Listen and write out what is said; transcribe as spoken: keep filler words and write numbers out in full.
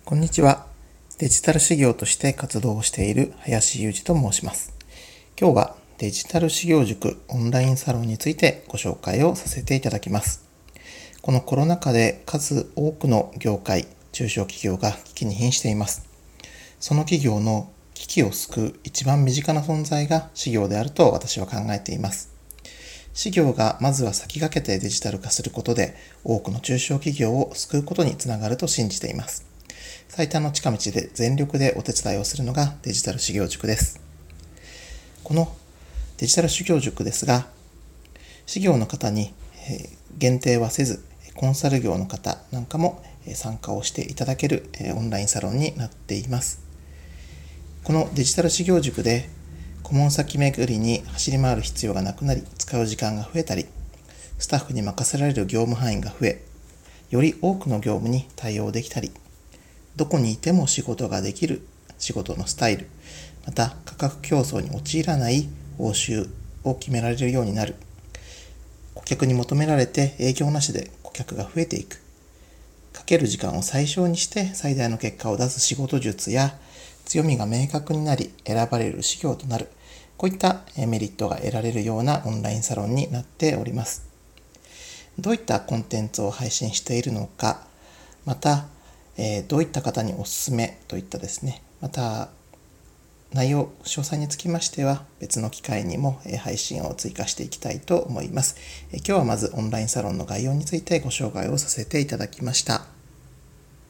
こんにちは。デジタル事業として活動をしている林裕二と申します。今日はデジタル事業塾オンラインサロンについてご紹介をさせていただきます。このコロナ禍で数多くの業界、中小企業が危機に瀕しています。その企業の危機を救う一番身近な存在が事業であると私は考えています。事業がまずは先駆けてデジタル化することで多くの中小企業を救うことにつながると信じています。最短の近道で全力でお手伝いをするのがデジタル修行塾です。このデジタル修行塾ですが、事業の方に限定はせず、コンサル業の方なんかも参加をしていただけるオンラインサロンになっています。このデジタル修行塾で顧問先巡りに走り回る必要がなくなり、使う時間が増えたり、スタッフに任せられる業務範囲が増え、より多くの業務に対応できたり、どこにいても仕事ができる仕事のスタイル、また価格競争に陥らない報酬を決められるようになる、顧客に求められて営業なしで顧客が増えていく、かける時間を最小にして最大の結果を出す仕事術や、強みが明確になり選ばれる事業となる、こういったメリットが得られるようなオンラインサロンになっております。どういったコンテンツを配信しているのか、またどういった方におすすめといったですね、また内容詳細につきましては別の機会にも配信を追加していきたいと思います。今日はまずオンラインサロンの概要についてご紹介をさせていただきました。